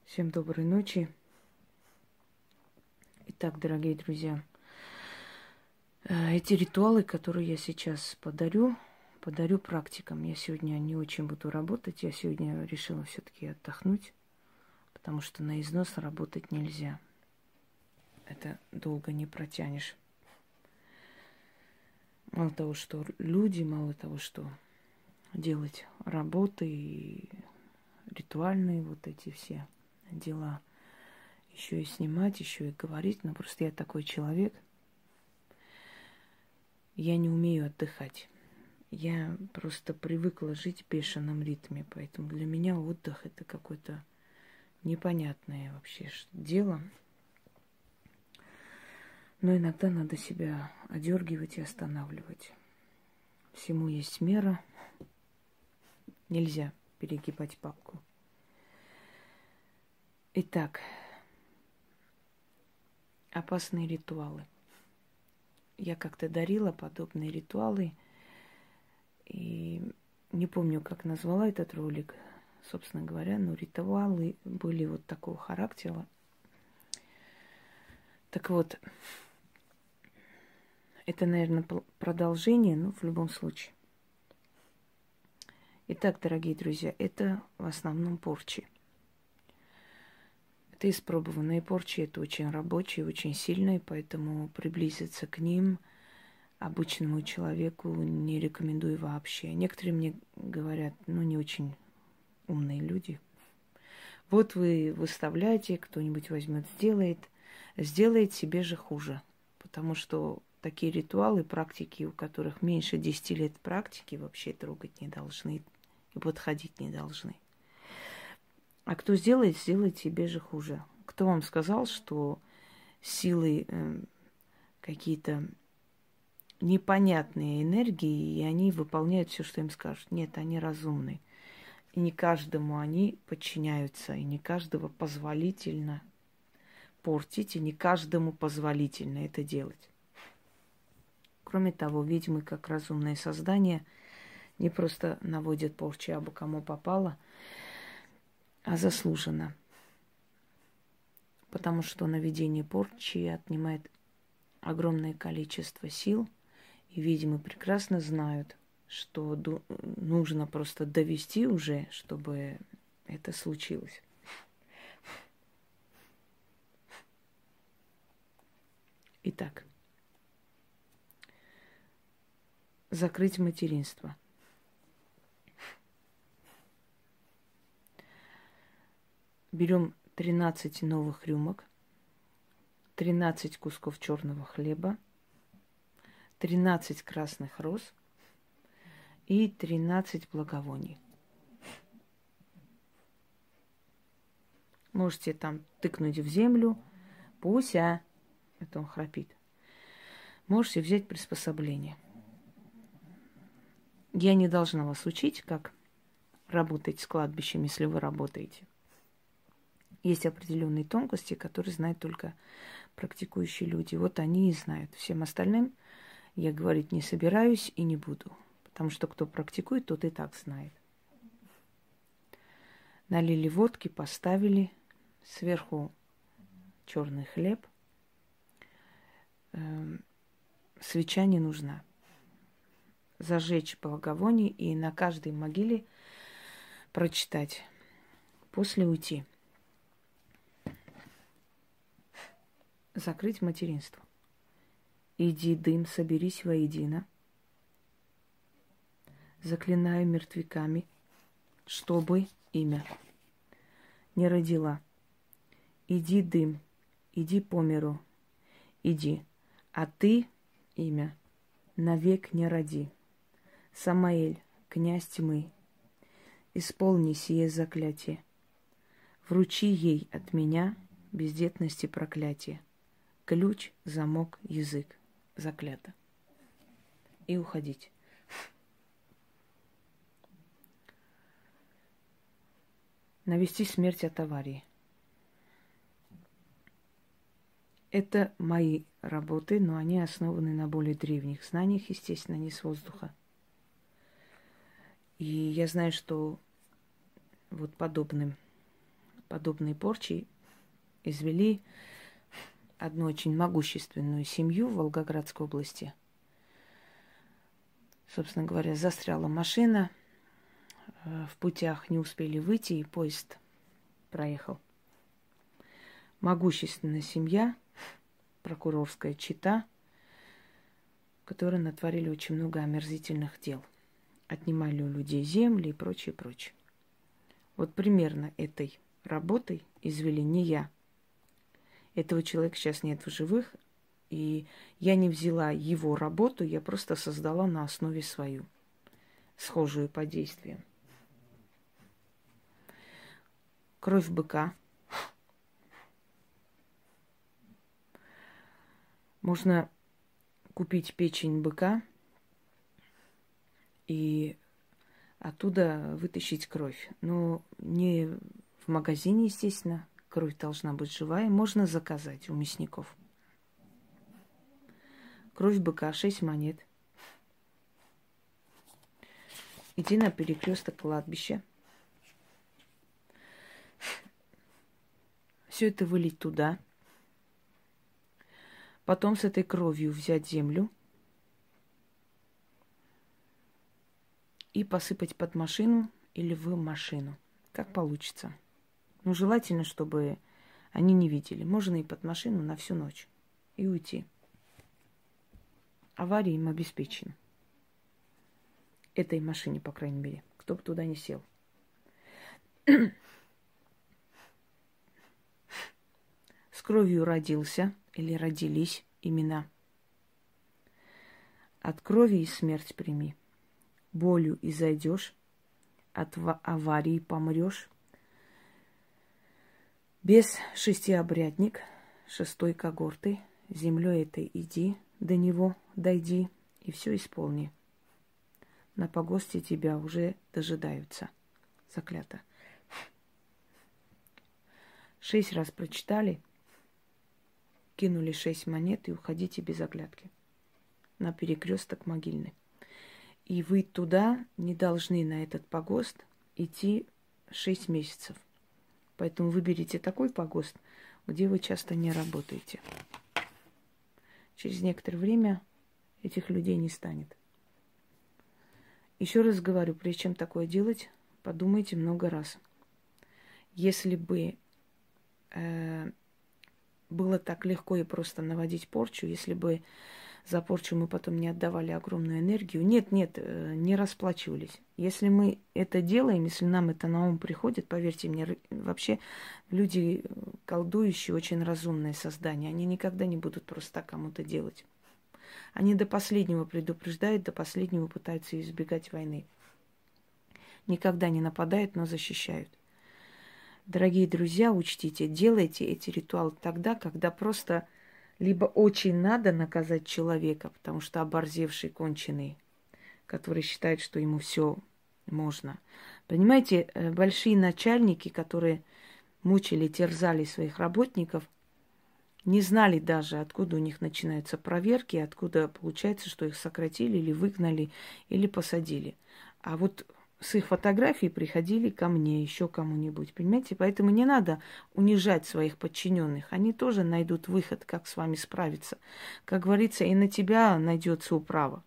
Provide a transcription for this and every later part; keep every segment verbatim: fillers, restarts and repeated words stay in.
Всем доброй ночи. Итак, дорогие друзья, э, эти ритуалы, которые я сейчас подарю, подарю практикам. Я сегодня не очень буду работать. Я сегодня решила все-таки отдохнуть, потому что на износ работать нельзя. Это долго не протянешь. Мало того, что люди, мало того, что делать работы и ритуальные вот эти все дела, еще и снимать, еще и говорить. Но просто я такой человек. Я не умею отдыхать. Я просто привыкла жить в бешеном ритме. Поэтому для меня отдых это какое-то непонятное вообще дело. Но иногда надо себя одергивать и останавливать. Всему есть мера. Нельзя перегибать палку. Итак, опасные ритуалы. Я как-то дарила подобные ритуалы. И не помню, как назвала этот ролик, собственно говоря, но ритуалы были вот такого характера. Так вот, это, наверное, продолжение, но в любом случае. Итак, дорогие друзья, это в основном порчи. Это испробованные порчи, это очень рабочие, очень сильные, поэтому приблизиться к ним обычному человеку не рекомендую вообще. Некоторые мне говорят, ну, не очень умные люди. Вот вы выставляете, кто-нибудь возьмет, сделает, сделает себе же хуже. Потому что такие ритуалы, практики, у которых меньше десяти лет практики, вообще трогать не должны и подходить не должны. А кто сделает, сделает себе же хуже. Кто вам сказал, что силы э, какие-то непонятные энергии, и они выполняют все, что им скажут? Нет, они разумны. И не каждому они подчиняются, и не каждого позволительно портить, и не каждому позволительно это делать. Кроме того, ведьмы, как разумные создания, не просто наводят порчи абы кому попало, а заслуженно. Потому что наведение порчи отнимает огромное количество сил, и ведьмы прекрасно знают, что нужно просто довести уже, чтобы это случилось. Итак, закрыть материнство. Берем тринадцать новых рюмок, тринадцать кусков черного хлеба, тринадцать красных роз и тринадцать благовоний. Можете там тыкнуть в землю, Пуся, это он храпит. Можете взять приспособление. Я не должна вас учить, как работать с кладбищем, если вы работаете. Есть определенные тонкости, которые знают только практикующие люди. Вот они и знают. Всем остальным я говорить не собираюсь и не буду. Потому что кто практикует, тот и так знает. Налили водки, поставили. Сверху черный хлеб. Эм, свеча не нужна. Зажечь благовоние и на каждой могиле прочитать. После уйти. Закрыть материнство. Иди, дым, соберись воедино. Заклинаю мертвяками, чтобы имя не родила. Иди, дым, иди по миру, иди, а ты имя навек не роди. Самаэль, князь тьмы, исполни сие заклятие. Вручи ей от меня бездетности проклятие. Ключ, замок, язык. Заклято. И уходить. Навести смерть от аварии. Это мои работы, но они основаны на более древних знаниях, естественно, не с воздуха. И я знаю, что вот подобным подобной порчи извели одну очень могущественную семью в Волгоградской области. Собственно говоря, застряла машина, в путях не успели выйти, и поезд проехал. Могущественная семья, прокурорская чета, которые натворили очень много омерзительных дел. Отнимали у людей земли и прочее, прочее. Вот примерно этой работой извели не я. Этого человека сейчас нет в живых, и я не взяла его работу, я просто создала на основе свою, схожую по действиям. Кровь быка. Можно купить печень быка и оттуда вытащить кровь. Но не в магазине, естественно. Кровь должна быть живая. Можно заказать у мясников. Кровь быка, шесть монет. Иди на перекресток кладбища. Все это вылить туда. Потом с этой кровью взять землю и посыпать под машину или в машину. Как получится. Ну, желательно, чтобы они не видели. Можно и под машину на всю ночь. И уйти. Аварии им обеспечены. Этой машине, по крайней мере. Кто бы туда не сел. С кровью родился или родились имена. От крови и смерть прими. Болью изойдешь, от аварии помрешь. Без шестиобрядник, шестой когорты, землей этой иди, до него дойди и все исполни. На погосте тебя уже дожидаются. Заклято. Шесть раз прочитали, кинули шесть монет и уходите без оглядки на перекресток могильный. И вы туда не должны, на этот погост, идти шесть месяцев. Поэтому выберите такой погост, где вы часто не работаете. Через некоторое время этих людей не станет. Еще раз говорю, прежде чем такое делать, подумайте много раз. Если бы э, было так легко и просто наводить порчу, если бы за порчу мы потом не отдавали огромную энергию, нет, нет, э, не расплачивались. Если мы это делаем, если нам это на ум приходит, поверьте мне, вообще люди колдующие, очень разумные создания, они никогда не будут просто так кому-то делать. Они до последнего предупреждают, до последнего пытаются избегать войны. Никогда не нападают, но защищают. Дорогие друзья, учтите, делайте эти ритуалы тогда, когда просто либо очень надо наказать человека, потому что оборзевший, конченый, который считает, что ему все можно. Понимаете, большие начальники, которые мучили, терзали своих работников, не знали даже, откуда у них начинаются проверки, откуда получается, что их сократили или выгнали, или посадили. А вот с их фотографией приходили ко мне, еще кому-нибудь, понимаете? Поэтому не надо унижать своих подчиненных. Они тоже найдут выход, как с вами справиться. Как говорится, и на тебя найдется управа.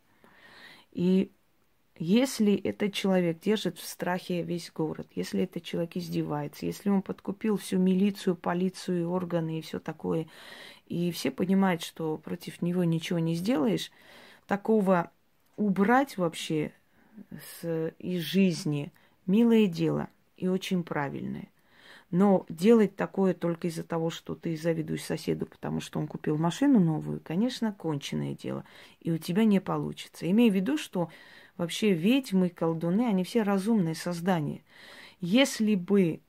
И если этот человек держит в страхе весь город, если этот человек издевается, если он подкупил всю милицию, полицию, органы и все такое, и все понимают, что против него ничего не сделаешь, такого убрать вообще с, из жизни милое дело и очень правильное. Но делать такое только из-за того, что ты завидуешь соседу, потому что он купил машину новую, конечно, конченое дело. И у тебя не получится. Имей в виду, что вообще ведьмы, колдуны, они все разумные создания. Если бы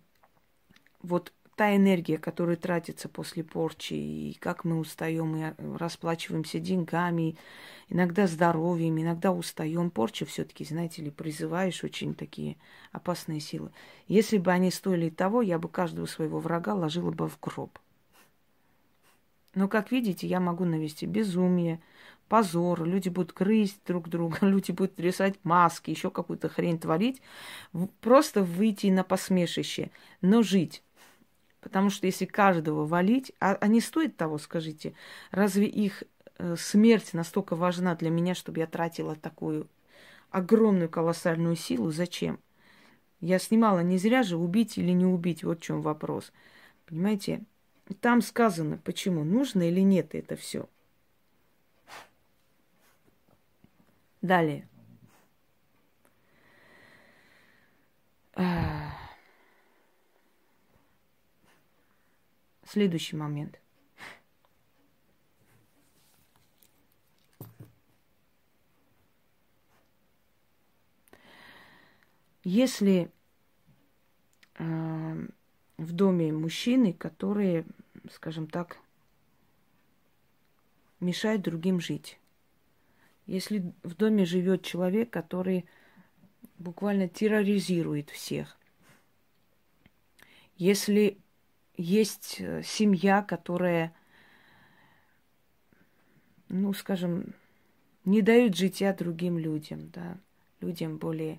вот та энергия, которая тратится после порчи, и как мы устаем, и расплачиваемся деньгами, иногда здоровьем, иногда устаем. Порча все-таки, знаете ли, призываешь очень такие опасные силы. Если бы они стоили того, я бы каждого своего врага ложила бы в гроб. Но, как видите, я могу навести безумие, позор, люди будут грызть друг друга, люди будут рисовать маски, еще какую-то хрень творить. Просто выйти на посмешище, но жить. Потому что если каждого валить, а, а не стоит того, скажите, разве их э, смерть настолько важна для меня, чтобы я тратила такую огромную колоссальную силу? Зачем? Я снимала не зря же, убить или не убить, вот в чем вопрос. Понимаете? Там сказано, почему, нужно или нет это все. Далее. Следующий момент. Если э, в доме мужчины, которые, скажем так, мешают другим жить, если в доме живет человек, который буквально терроризирует всех, если есть семья, которая, ну, скажем, не дает жития другим людям, да, людям более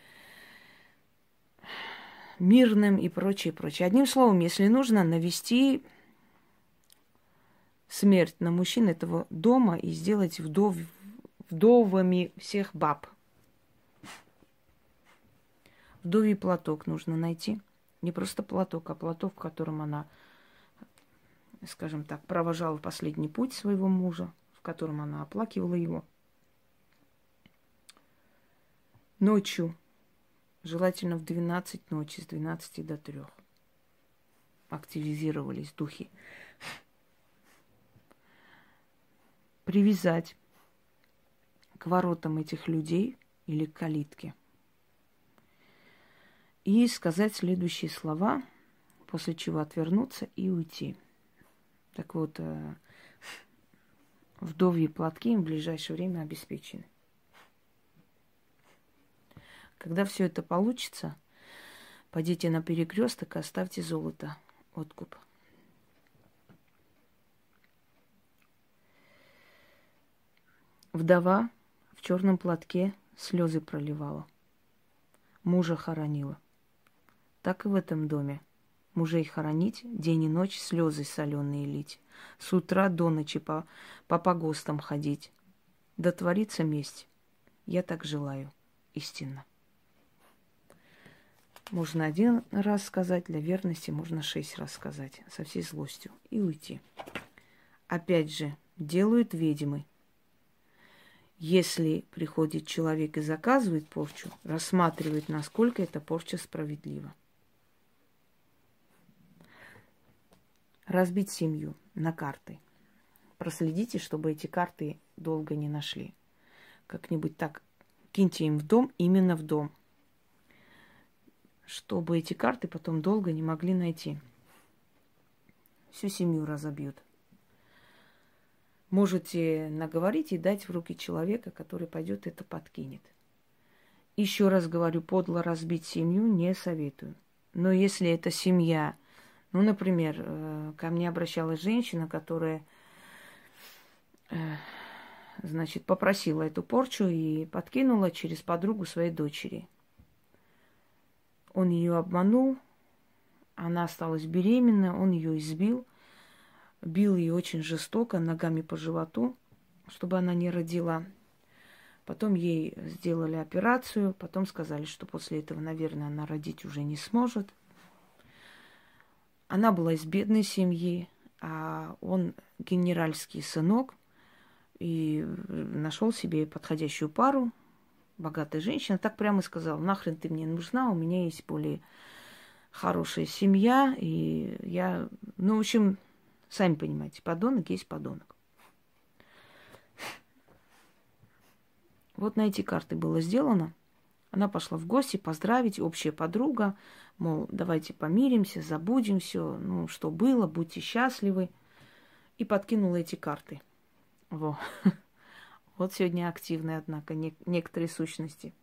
мирным и прочее, прочее. Одним словом, если нужно навести смерть на мужчин этого дома и сделать вдов, вдовами всех баб. Вдовий платок нужно найти. Не просто платок, а платок, в котором она, скажем так, провожала последний путь своего мужа, в котором она оплакивала его. Ночью, желательно в двенадцать ночи, с двенадцати до трёх, активизировались духи. Привязать к воротам этих людей или к калитке. И сказать следующие слова, после чего отвернуться и уйти. Так вот, вдовьи платки им в ближайшее время обеспечены. Когда все это получится, пойдите на перекресток и оставьте золото, откуп. Вдова в черном платке слезы проливала, мужа хоронила. Так и в этом доме. Мужей хоронить, день и ночь слезы соленые лить, с утра до ночи по, по погостам ходить. Да творится месть. Я так желаю, истинно. Можно один раз сказать, для верности можно шесть раз сказать, со всей злостью, и уйти. Опять же, делают ведьмы. Если приходит человек и заказывает порчу, рассматривает, насколько эта порча справедлива. Разбить семью на карты. Проследите, чтобы эти карты долго не нашли. Как-нибудь так киньте им в дом, именно в дом, чтобы эти карты потом долго не могли найти. Всю семью разобьют. Можете наговорить и дать в руки человека, который пойдет это подкинет. Еще раз говорю, подло разбить семью не советую. Но если эта семья, ну, например, ко мне обращалась женщина, которая, значит, попросила эту порчу и подкинула через подругу своей дочери. Он ее обманул, она осталась беременна, он ее избил, бил ее очень жестоко, ногами по животу, чтобы она не родила. Потом ей сделали операцию, потом сказали, что после этого, наверное, она родить уже не сможет. Она была из бедной семьи, а он генеральский сынок, и нашел себе подходящую пару, богатая женщина, так прямо сказала: нахрен ты мне нужна, у меня есть более хорошая семья, и я, ну, в общем, сами понимаете, подонок есть подонок. Вот на эти карты было сделано. Она пошла в гости поздравить, общая подруга, мол, давайте помиримся, забудем все, ну, что было, будьте счастливы. И подкинула эти карты. Во. Вот сегодня активные, однако, не- некоторые сущности.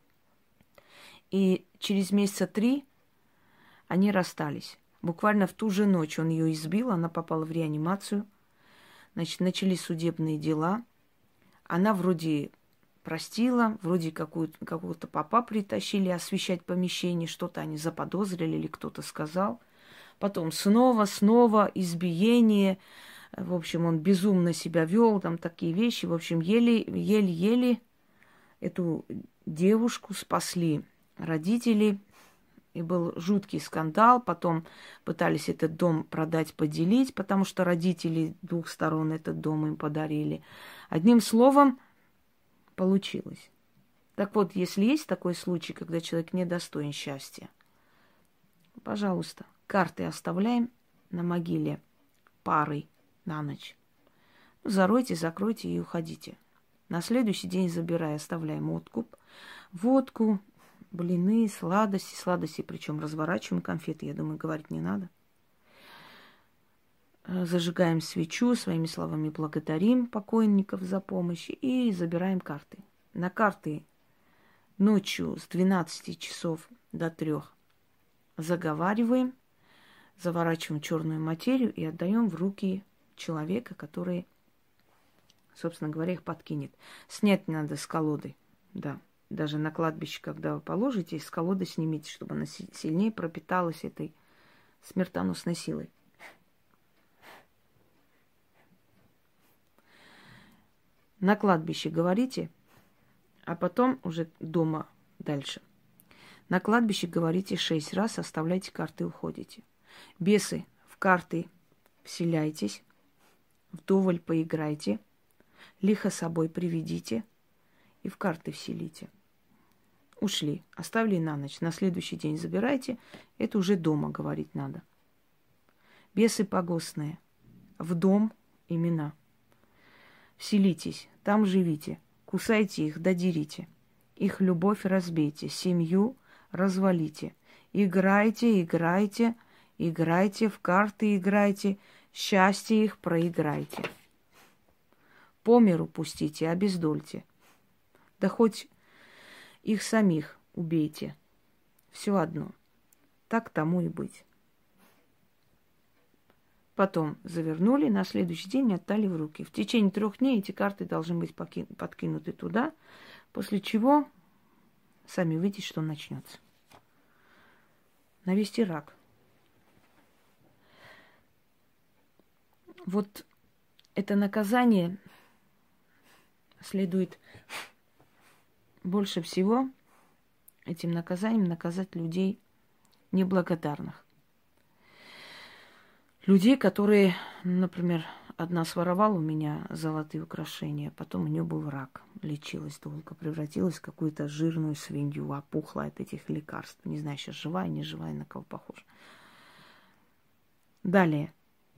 И через месяца три они расстались. Буквально в ту же ночь он ее избил, она попала в реанимацию. Значит, начались судебные дела. Она вроде простила, вроде какую-то, какого-то попа притащили освещать помещение, что-то они заподозрили или кто-то сказал. Потом снова, снова избиение. В общем, он безумно себя вел, там такие вещи. В общем, еле-еле эту девушку спасли родители. И был жуткий скандал. Потом пытались этот дом продать, поделить, потому что родители двух сторон этот дом им подарили. Одним словом, получилось. Так вот, если есть такой случай, когда человек недостоин счастья, пожалуйста, карты оставляем на могиле парой на ночь. Заройте, закройте и уходите. На следующий день, забирая, оставляем откуп, водку, блины, сладости, сладости, причем разворачиваем конфеты, я думаю, говорить не надо. Зажигаем свечу, своими словами благодарим покойников за помощь и забираем карты. На карты ночью с двенадцати часов до трёх заговариваем, заворачиваем черную материю и отдаем в руки человека, который, собственно говоря, их подкинет. Снять надо с колоды, да. Даже на кладбище, когда вы положите, с колоды снимите, чтобы она сильнее пропиталась этой смертоносной силой. На кладбище говорите, а потом уже дома дальше. На кладбище говорите шесть раз, оставляйте карты, уходите. Бесы, в карты вселяйтесь, вдоволь поиграйте, лихо собой приведите и в карты вселите. Ушли, оставили на ночь, на следующий день забирайте, это уже дома говорить надо. Бесы погостные, в дом имена. Вселитесь, там живите, кусайте их, додерите. Их любовь разбейте, семью развалите. Играйте, играйте, играйте, в карты играйте, счастье их проиграйте. По миру пустите, обездольте. Да хоть их самих убейте. Все одно. Так тому и быть. Потом завернули, на следующий день отдали в руки. В течение трех дней эти карты должны быть подкинуты туда, после чего сами видите, что начнется. Навести рак. Вот это наказание следует больше всего этим наказанием наказать людей неблагодарных. Людей, которые, например, одна своровала у меня золотые украшения, потом у нее был рак, лечилась долго, превратилась в какую-то жирную свинью, опухла от этих лекарств. Не знаю, сейчас живая, не живая, на кого похожа. Далее.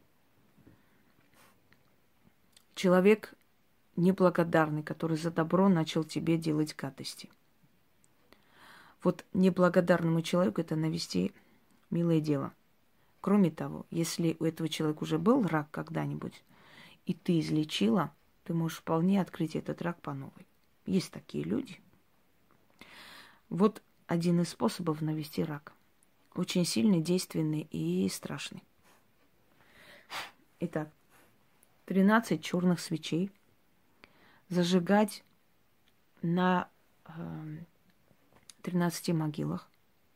Человек неблагодарный, который за добро начал тебе делать гадости. Вот неблагодарному человеку это навести милое дело. Кроме того, если у этого человека уже был рак когда-нибудь, и ты излечила, ты можешь вполне открыть этот рак по новой. Есть такие люди. Вот один из способов навести рак. Очень сильный, действенный и страшный. Итак, тринадцать черных свечей зажигать на э, тринадцати могилах.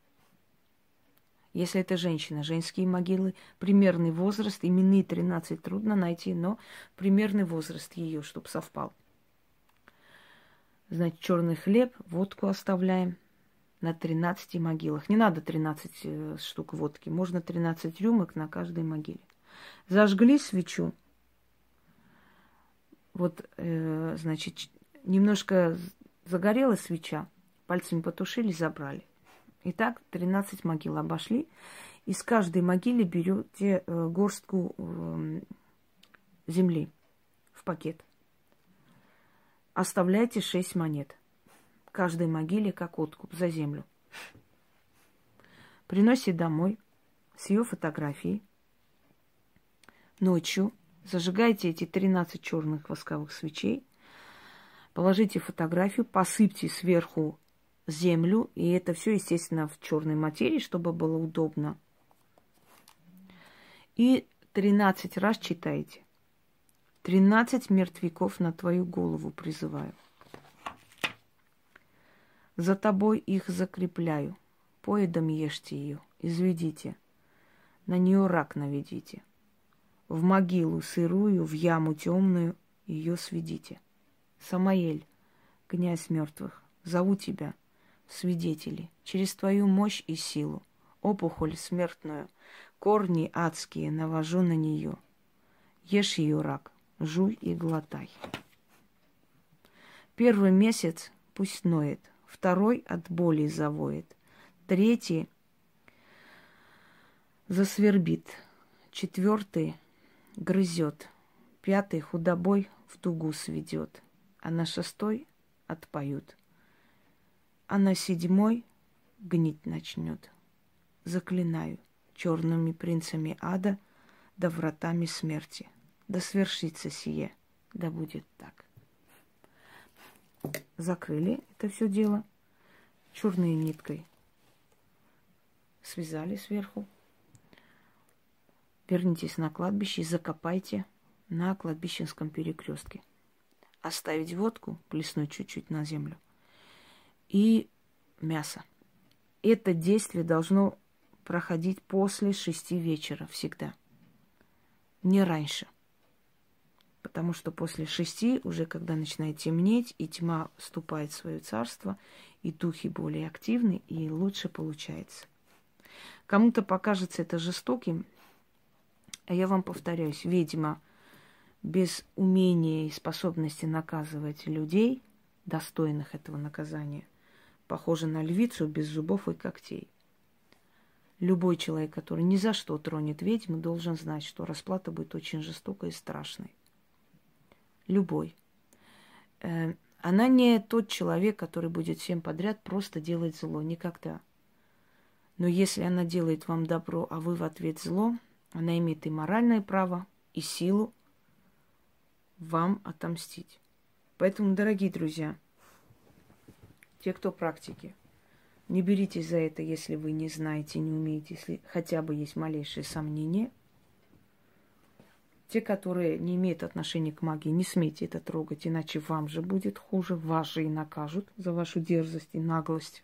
Если это женщина, женские могилы, примерный возраст, именные тринадцать трудно найти, но примерный возраст ее, чтобы совпал. Значит, черный хлеб, водку оставляем на тринадцати могилах. Не надо тринадцать штук водки, можно тринадцать рюмок на каждой могиле. Зажгли свечу. Вот, э, значит, немножко загорела свеча, пальцами потушили, забрали. Итак, тринадцать могил обошли. И с каждой могилы берете э, горстку э, земли в пакет. Оставляйте шесть монет. Каждой могиле как откуп за землю. Приносите домой с ее фотографией. Ночью зажигайте эти тринадцать черных восковых свечей. Положите фотографию, посыпьте сверху землю, и это все, естественно, в черной материи, чтобы было удобно. И тринадцать раз читайте. Тринадцать мертвяков на твою голову призываю. За тобой их закрепляю. Поедом ешьте ее, изведите. На нее рак наведите. В могилу сырую, в яму темную ее сведите. Самаэль, князь мертвых, зову тебя, свидетели, через твою мощь и силу, опухоль смертную, корни адские навожу на нее. Ешь ее, рак, жуй и глотай. Первый месяц пусть ноет, второй от боли завоет, третий засвербит, четвертый грызет, пятый худобой в тугу сведет, а на шестой отпоют, а на седьмой гнить начнет. Заклинаю черными принцами ада да вратами смерти. Да свершится сие, да будет так. Закрыли это все дело черной ниткой. Связали сверху. Вернитесь на кладбище и закопайте на кладбищенском перекрестке. Оставить водку, плеснуть чуть-чуть на землю. И мясо. Это действие должно проходить после шести вечера всегда. Не раньше. Потому что после шести, уже когда начинает темнеть, и тьма вступает в свое царство, и духи более активны, и лучше получается. Кому-то покажется это жестоким, а я вам повторяюсь, ведьма без умения и способности наказывать людей, достойных этого наказания, похожа на львицу без зубов и когтей. Любой человек, который ни за что тронет ведьму, должен знать, что расплата будет очень жестокой и страшной. Любой. Она не тот человек, который будет всем подряд просто делать зло. Никогда. Но если она делает вам добро, а вы в ответ зло, она имеет и моральное право, и силу вам отомстить. Поэтому, дорогие друзья, те, кто практики, не беритесь за это, если вы не знаете, не умеете, если хотя бы есть малейшие сомнения. Те, которые не имеют отношения к магии, не смейте это трогать, иначе вам же будет хуже, вас же и накажут за вашу дерзость и наглость.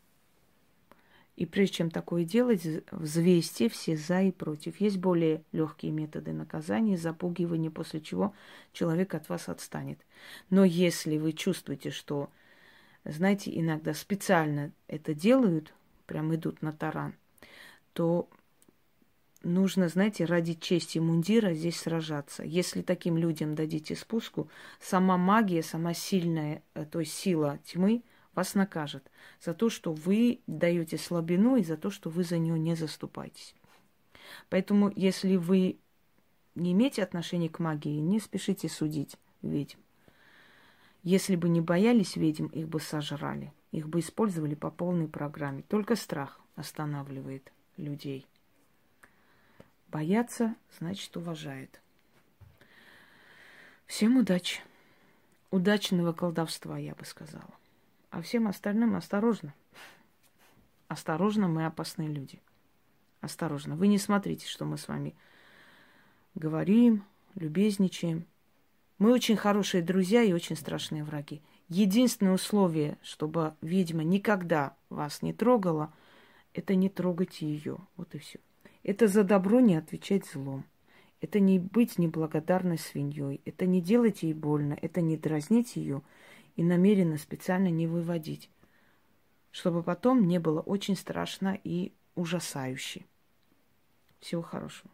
И прежде чем такое делать, взвесьте все за и против. Есть более легкие методы наказания, запугивания, после чего человек от вас отстанет. Но если вы чувствуете, что, знаете, иногда специально это делают, прям идут на таран, то нужно, знаете, ради чести мундира здесь сражаться. Если таким людям дадите спуску, сама магия, сама сильная, то есть сила тьмы, вас накажет за то, что вы даете слабину, и за то, что вы за нее не заступаетесь. Поэтому, если вы не имеете отношения к магии, не спешите судить ведьм. Если бы не боялись ведьм, их бы сожрали, их бы использовали по полной программе. Только страх останавливает людей. Боятся, значит, уважают. Всем удачи. Удачного колдовства, я бы сказала. А всем остальным осторожно. Осторожно, мы опасные люди. Осторожно. Вы не смотрите, что мы с вами говорим, любезничаем. Мы очень хорошие друзья и очень страшные враги. Единственное условие, чтобы ведьма никогда вас не трогала, это не трогать ее. Вот и все. Это за добро не отвечать злом. Это не быть неблагодарной свиньей. Это не делать ей больно. Это не дразнить ее и намеренно специально не выводить, чтобы потом не было очень страшно и ужасающе. Всего хорошего.